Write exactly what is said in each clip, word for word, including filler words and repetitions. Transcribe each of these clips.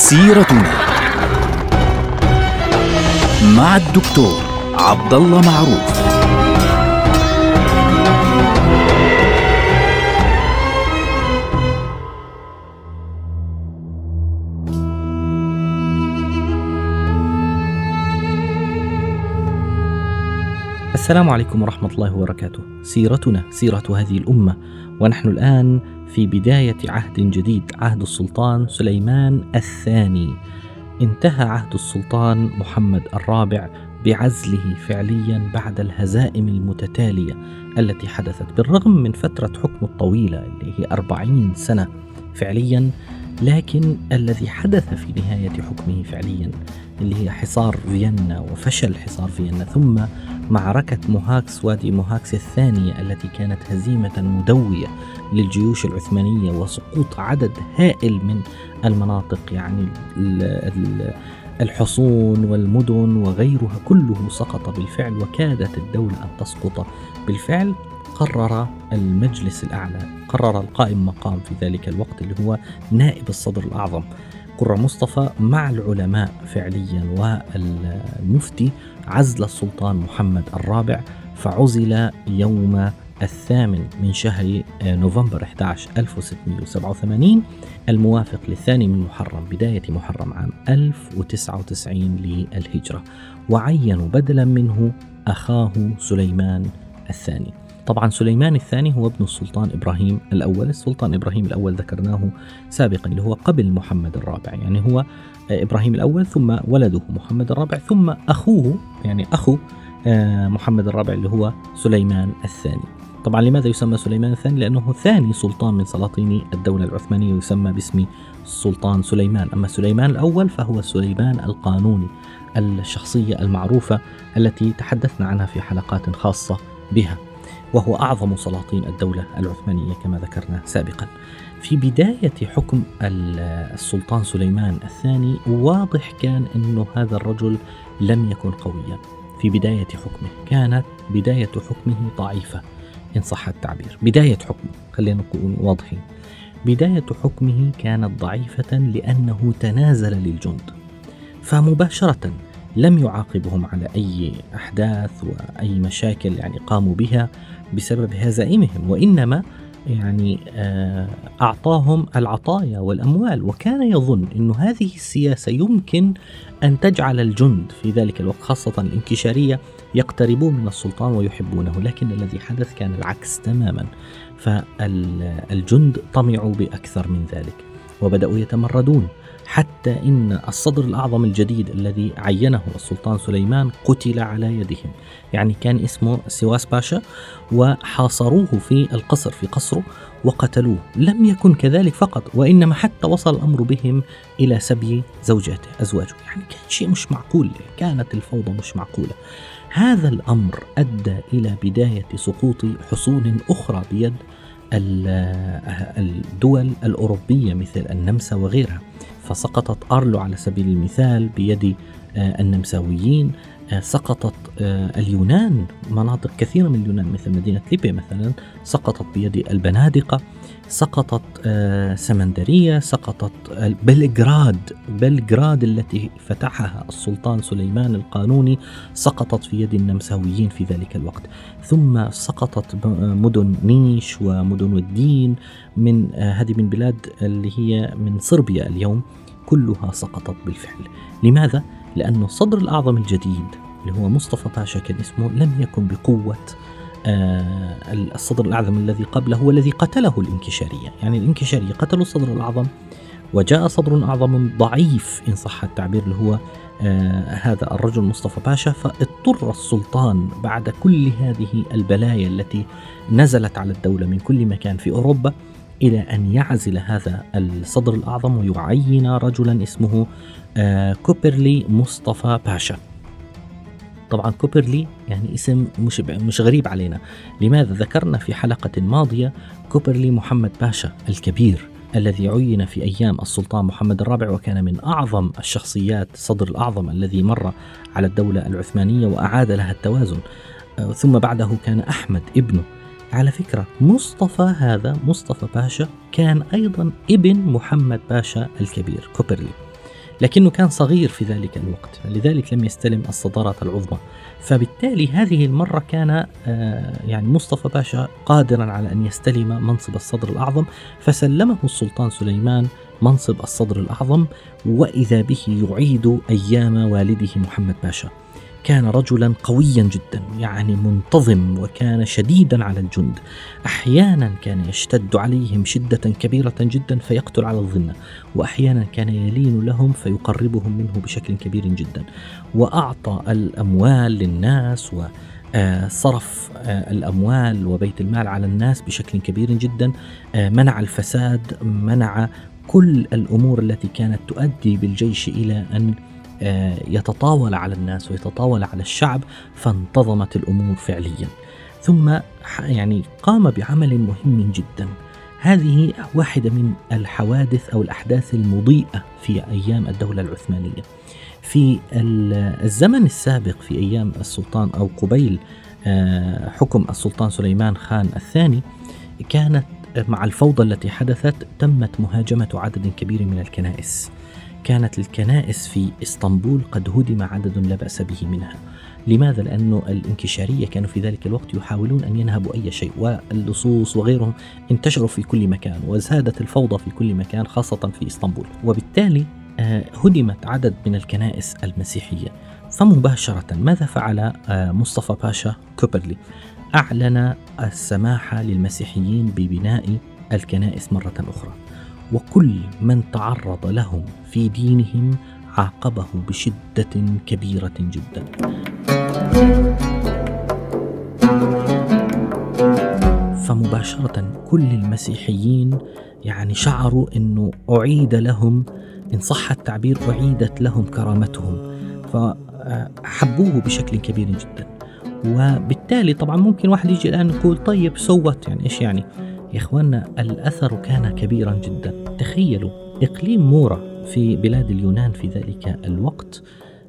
سيرتنا مع الدكتور عبد الله معروف. السلام عليكم ورحمة الله وبركاته. سيرتنا سيرة هذه الأمة، ونحن الآن في بداية عهد جديد، عهد السلطان سليمان الثاني. انتهى عهد السلطان محمد الرابع بعزله فعليا بعد الهزائم المتتالية التي حدثت، بالرغم من فترة حكمه الطويلة اللي هي أربعين سنة فعليا. لكن الذي حدث في نهاية حكمه فعليا اللي هي حصار فيينا وفشل حصار فيينا، ثم معركة موهاكس، وادي موهاكس الثانية التي كانت هزيمة مدوية للجيوش العثمانية وسقوط عدد هائل من المناطق، يعني الحصون والمدن وغيرها كله سقط بالفعل، وكادت الدولة أن تسقط بالفعل. قرر المجلس الأعلى، قرر القائم مقام في ذلك الوقت اللي هو نائب الصدر الأعظم قرة مصطفى مع العلماء فعليا والمفتي عزل السلطان محمد الرابع، فعزل يوم الثامن من شهر نوفمبر أحد عشر ألف وستمائة وسبعة وثمانين الموافق للثاني من محرم، بداية محرم عام ألف وتسعة وتسعين للهجرة، وعينوا بدلا منه أخاه سليمان الثاني. طبعا سليمان الثاني هو ابن السلطان إبراهيم الأول. السلطان إبراهيم الأول ذكرناه سابقا اللي هو قبل محمد الرابع، يعني هو إبراهيم الأول ثم ولده محمد الرابع ثم أخوه، يعني أخو محمد الرابع اللي هو سليمان الثاني. طبعا لماذا يسمى سليمان الثاني؟ لأنه ثاني سلطان من سلاطين الدولة العثمانية يسمى باسم السلطان سليمان. أما سليمان الأول فهو سليمان القانوني، الشخصية المعروفة التي تحدثنا عنها في حلقات خاصة بها، وهو أعظم سلاطين الدولة العثمانية كما ذكرنا سابقا. في بداية حكم السلطان سليمان الثاني واضح كان أنه هذا الرجل لم يكن قويا. في بداية حكمه كانت بداية حكمه ضعيفة إن صح التعبير. بداية حكمه، خلينا نكون واضحين، بداية حكمه كانت ضعيفة لأنه تنازل للجند، فمباشرة لم يعاقبهم على أي أحداث وأي مشاكل يعني قاموا بها بسبب هزائمهم، وإنما يعني أعطاهم العطايا والأموال، وكان يظن أن هذه السياسة يمكن أن تجعل الجند في ذلك الوقت خاصة الانكشارية يقتربون من السلطان ويحبونه. لكن الذي حدث كان العكس تماما، فالجند طمعوا بأكثر من ذلك وبدأوا يتمردون، حتى إن الصدر الأعظم الجديد الذي عينه السلطان سليمان قتل على يدهم. يعني كان اسمه سواس باشا، وحاصروه في القصر في قصره وقتلوه. لم يكن كذلك فقط، وإنما حتى وصل الأمر بهم إلى سبي زوجاته أزواجه. يعني كان شيء مش معقول، كانت الفوضى مش معقولة. هذا الأمر أدى إلى بداية سقوط حصون أخرى بيد الدول الأوروبية مثل النمسا وغيرها، فسقطت أرلو على سبيل المثال بيد النمساويين. سقطت اليونان، مناطق كثيرة من اليونان مثل مدينة ليبيا مثلا سقطت بيد البنادقة، سقطت سمندرية، سقطت بلغراد بلغراد التي فتحها السلطان سليمان القانوني سقطت في يد النمساويين في ذلك الوقت. ثم سقطت مدن نيش ومدن الدين من هذه من بلاد اللي هي من صربيا اليوم، كلها سقطت بالفعل. لماذا؟ لأنه الصدر الأعظم الجديد اللي هو مصطفى باشا كان اسمه لم يكن بقوة آه الصدر الأعظم الذي قبله، هو الذي قتله الانكشارية. يعني الانكشارية قتلوا الصدر الأعظم، وجاء صدر أعظم ضعيف إن صح التعبير اللي هو آه هذا الرجل مصطفى باشا. فاضطر السلطان بعد كل هذه البلايا التي نزلت على الدولة من كل مكان في أوروبا إلى أن يعزل هذا الصدر الأعظم ويعين رجلا اسمه آه كوبرلي مصطفى باشا. طبعا كوبرلي يعني اسم مش مش غريب علينا. لماذا؟ ذكرنا في حلقة ماضية كوبرلي محمد باشا الكبير الذي عين في أيام السلطان محمد الرابع، وكان من أعظم الشخصيات، صدر الأعظم الذي مر على الدولة العثمانية وأعاد لها التوازن. آه ثم بعده كان أحمد ابنه. على فكرة مصطفى هذا مصطفى باشا كان أيضا ابن محمد باشا الكبير كوبرلي. لكنه كان صغير في ذلك الوقت، لذلك لم يستلم الصدارة العظمى. فبالتالي هذه المرة كان يعني مصطفى باشا قادرا على أن يستلم منصب الصدر الأعظم، فسلمه السلطان سليمان منصب الصدر الأعظم، وإذا به يعيد أيام والده محمد باشا. كان رجلا قويا جدا، يعني منتظم، وكان شديدا على الجند. أحيانا كان يشتد عليهم شدة كبيرة جدا فيقتل على الظنة، وأحيانا كان يلين لهم فيقربهم منه بشكل كبير جدا، وأعطى الأموال للناس وصرف الأموال وبيت المال على الناس بشكل كبير جدا، منع الفساد، منع كل الأمور التي كانت تؤدي بالجيش إلى أن يتطاول على الناس ويتطاول على الشعب، فانتظمت الأمور فعليا. ثم يعني قام بعمل مهم جدا. هذه واحدة من الحوادث أو الأحداث المضيئة في أيام الدولة العثمانية. في الزمن السابق في أيام السلطان أو قبيل حكم السلطان سليمان خان الثاني، كانت مع الفوضى التي حدثت تمت مهاجمة عدد كبير من الكنائس. كانت الكنائس في إسطنبول قد هدم عدد لا بأس به منها. لماذا؟ لأنه الانكشارية كانوا في ذلك الوقت يحاولون أن ينهبوا أي شيء، واللصوص وغيرهم انتشروا في كل مكان، وزادت الفوضى في كل مكان خاصة في إسطنبول، وبالتالي هدمت عدد من الكنائس المسيحية. فمباشرة ماذا فعل مصطفى باشا كوبرلي؟ أعلن السماح للمسيحيين ببناء الكنائس مرة أخرى، وكل من تعرض لهم في دينهم عاقبه بشدة كبيرة جدا. فمباشرة كل المسيحيين يعني شعروا أنه أعيد لهم، إن صح التعبير، أعيدت لهم كرامتهم، فحبوه بشكل كبير جدا. وبالتالي طبعا ممكن واحد يجي الآن يقول طيب سوت، يعني إيش يعني؟ يا إخواننا الأثر كان كبيرا جدا. تخيلوا إقليم مورا في بلاد اليونان في ذلك الوقت،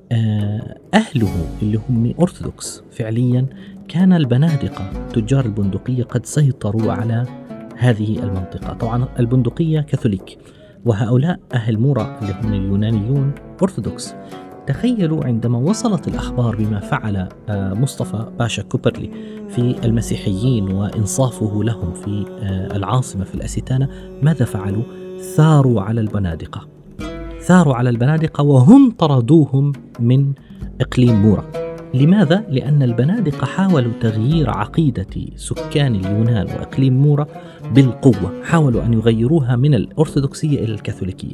أهله اللي هم أرثوذكس فعليا، كان البنادقة تجار البندقية قد سيطروا على هذه المنطقة. طبعا البندقية كاثوليك، وهؤلاء أهل مورا اللي هم اليونانيون أرثوذكس. تخيلوا عندما وصلت الأخبار بما فعل مصطفى باشا كوبرلي في المسيحيين وإنصافه لهم في العاصمة في الأستانة، ماذا فعلوا؟ ثاروا على البنادقة، ثاروا على البنادقة وهم طردوهم من إقليم مورا. لماذا؟ لأن البنادقة حاولوا تغيير عقيدة سكان اليونان وإقليم مورا بالقوة، حاولوا أن يغيروها من الأرثوذكسية إلى الكاثوليكية.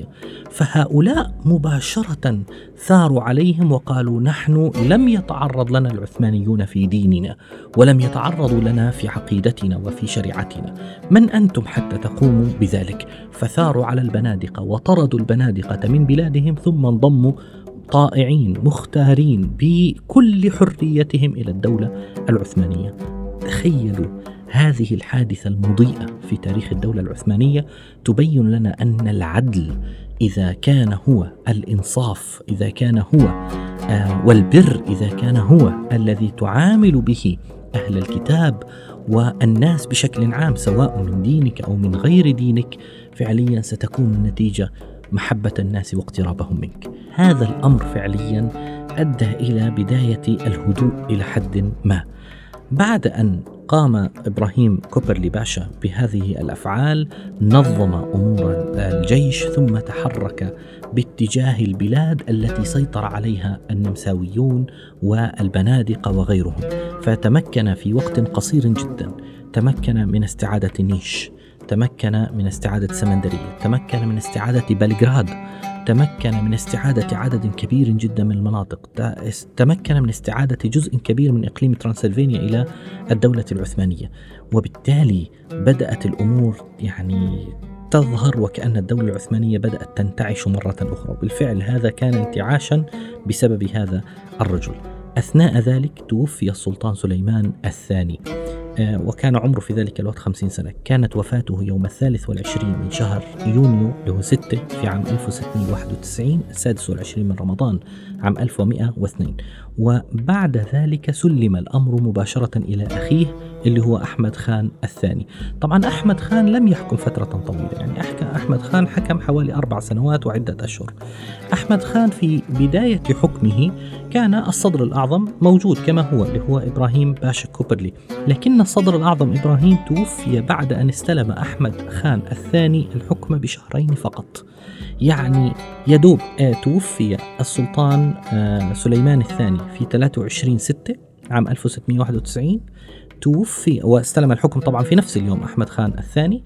فهؤلاء مباشرة ثاروا عليهم وقالوا نحن لم يتعرض لنا العثمانيون في ديننا، ولم يتعرضوا لنا في عقيدتنا وفي شريعتنا، من أنتم حتى تقوموا بذلك؟ فثاروا على البنادقة وطردوا البنادقة من بلادهم، ثم انضموا طائعين مختارين بكل حريتهم إلى الدولة العثمانية. تخيلوا هذه الحادثة المضيئة في تاريخ الدولة العثمانية تبين لنا أن العدل إذا كان هو الإنصاف، إذا كان هو آه والبر، إذا كان هو الذي تعامل به أهل الكتاب والناس بشكل عام سواء من دينك أو من غير دينك، فعليا ستكون النتيجة محبة الناس واقترابهم منك. هذا الأمر فعليا أدى إلى بداية الهدوء إلى حد ما. بعد أن قام إبراهيم كوبرلي باشا بهذه الأفعال، نظم أمور الجيش ثم تحرك باتجاه البلاد التي سيطر عليها النمساويون والبنادقة وغيرهم، فتمكن في وقت قصير جدا، تمكن من استعادة نيش، تمكن من استعادة سمندرية، تمكن من استعادة بلغراد، تمكن من استعادة عدد كبير جدا من المناطق، تمكن من استعادة جزء كبير من إقليم ترانسلفانيا إلى الدولة العثمانية. وبالتالي بدأت الأمور يعني تظهر وكأن الدولة العثمانية بدأت تنتعش مرة أخرى. بالفعل هذا كان انتعاشا بسبب هذا الرجل. أثناء ذلك توفي السلطان سليمان الثاني. وكان عمره في ذلك الوقت خمسين سنة. كانت وفاته يوم الثالث والعشرين من شهر يونيو اللي هو ستة في عام ألف وستمائة وواحد وتسعين، السادس والعشرين من رمضان عام ألف ومائة واثنين. وبعد ذلك سلم الأمر مباشرة إلى أخيه اللي هو أحمد خان الثاني. طبعا أحمد خان لم يحكم فترة طويلة، يعني أحمد خان حكم حوالي أربع سنوات وعدة أشهر. أحمد خان في بداية حكمه كان الصدر الأعظم موجود كما هو اللي هو إبراهيم باشا كوبرلي، لكن الصدر الأعظم إبراهيم توفي بعد أن استلم أحمد خان الثاني الحكم بشهرين فقط. يعني يدوب توفي السلطان سليمان الثاني في ثلاثة وعشرين ستة عام ألف وستمائة وواحد وتسعين، توفي واستلم الحكم طبعا في نفس اليوم أحمد خان الثاني،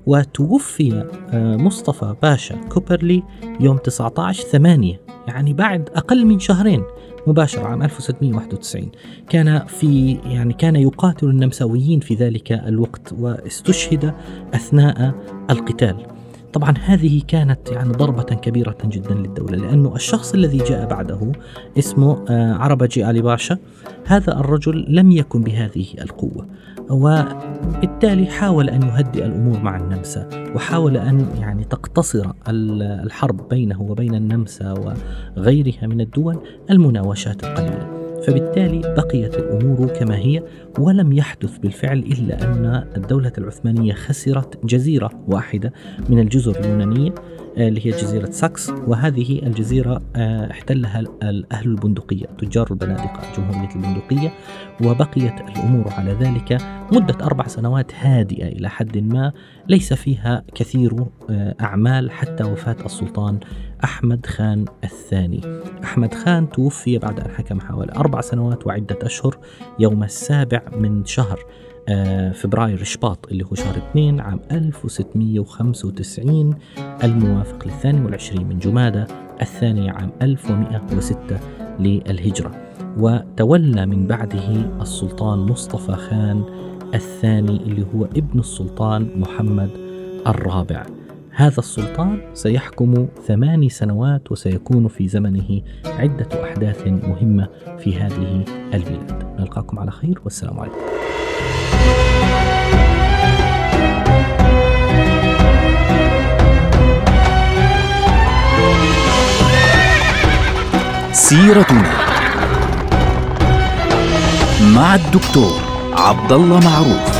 وتوفي مصطفى باشا كوبرلي يوم تسعة عشر ثمانية، يعني بعد أقل من شهرين مباشرة عام ألف وستمائة وواحد وتسعين. كان في يعني كان يقاتل النمساويين في ذلك الوقت واستشهد أثناء القتال. طبعا هذه كانت يعني ضربة كبيرة جدا للدولة، لأنه الشخص الذي جاء بعده اسمه عربجي علي باشا، هذا الرجل لم يكن بهذه القوة، وبالتالي حاول أن يهدئ الأمور مع النمسا، وحاول أن يعني تقتصر الحرب بينه وبين النمسا وغيرها من الدول المناوشات القليلة. فبالتالي بقيت الأمور كما هي، ولم يحدث بالفعل إلا أن الدولة العثمانية خسرت جزيرة واحدة من الجزر اليونانية اللي هي جزيرة ساكس، وهذه الجزيرة احتلها الأهل البندقية تجار البنادقة جمهورية البندقية، وبقيت الأمور على ذلك مدة أربع سنوات هادئة إلى حد ما، ليس فيها كثير أعمال حتى وفاة السلطان أحمد خان الثاني. أحمد خان توفي بعد أن حكم حوالي أربع سنوات وعدة أشهر يوم السابع من شهر فبراير شباط اللي هو شهر اثنين عام ألف وستمائة وخمسة وتسعين الموافق للثاني والعشرين من جمادى الثاني عام ألف ومائة وستة للهجرة. وتولى من بعده السلطان مصطفى خان الثاني اللي هو ابن السلطان محمد الرابع. هذا السلطان سيحكم ثماني سنوات، وسيكون في زمنه عدة أحداث مهمة في هذه البلاد. نلقاكم على خير، والسلام عليكم. سيرتنا مع الدكتور عبد الله معروف.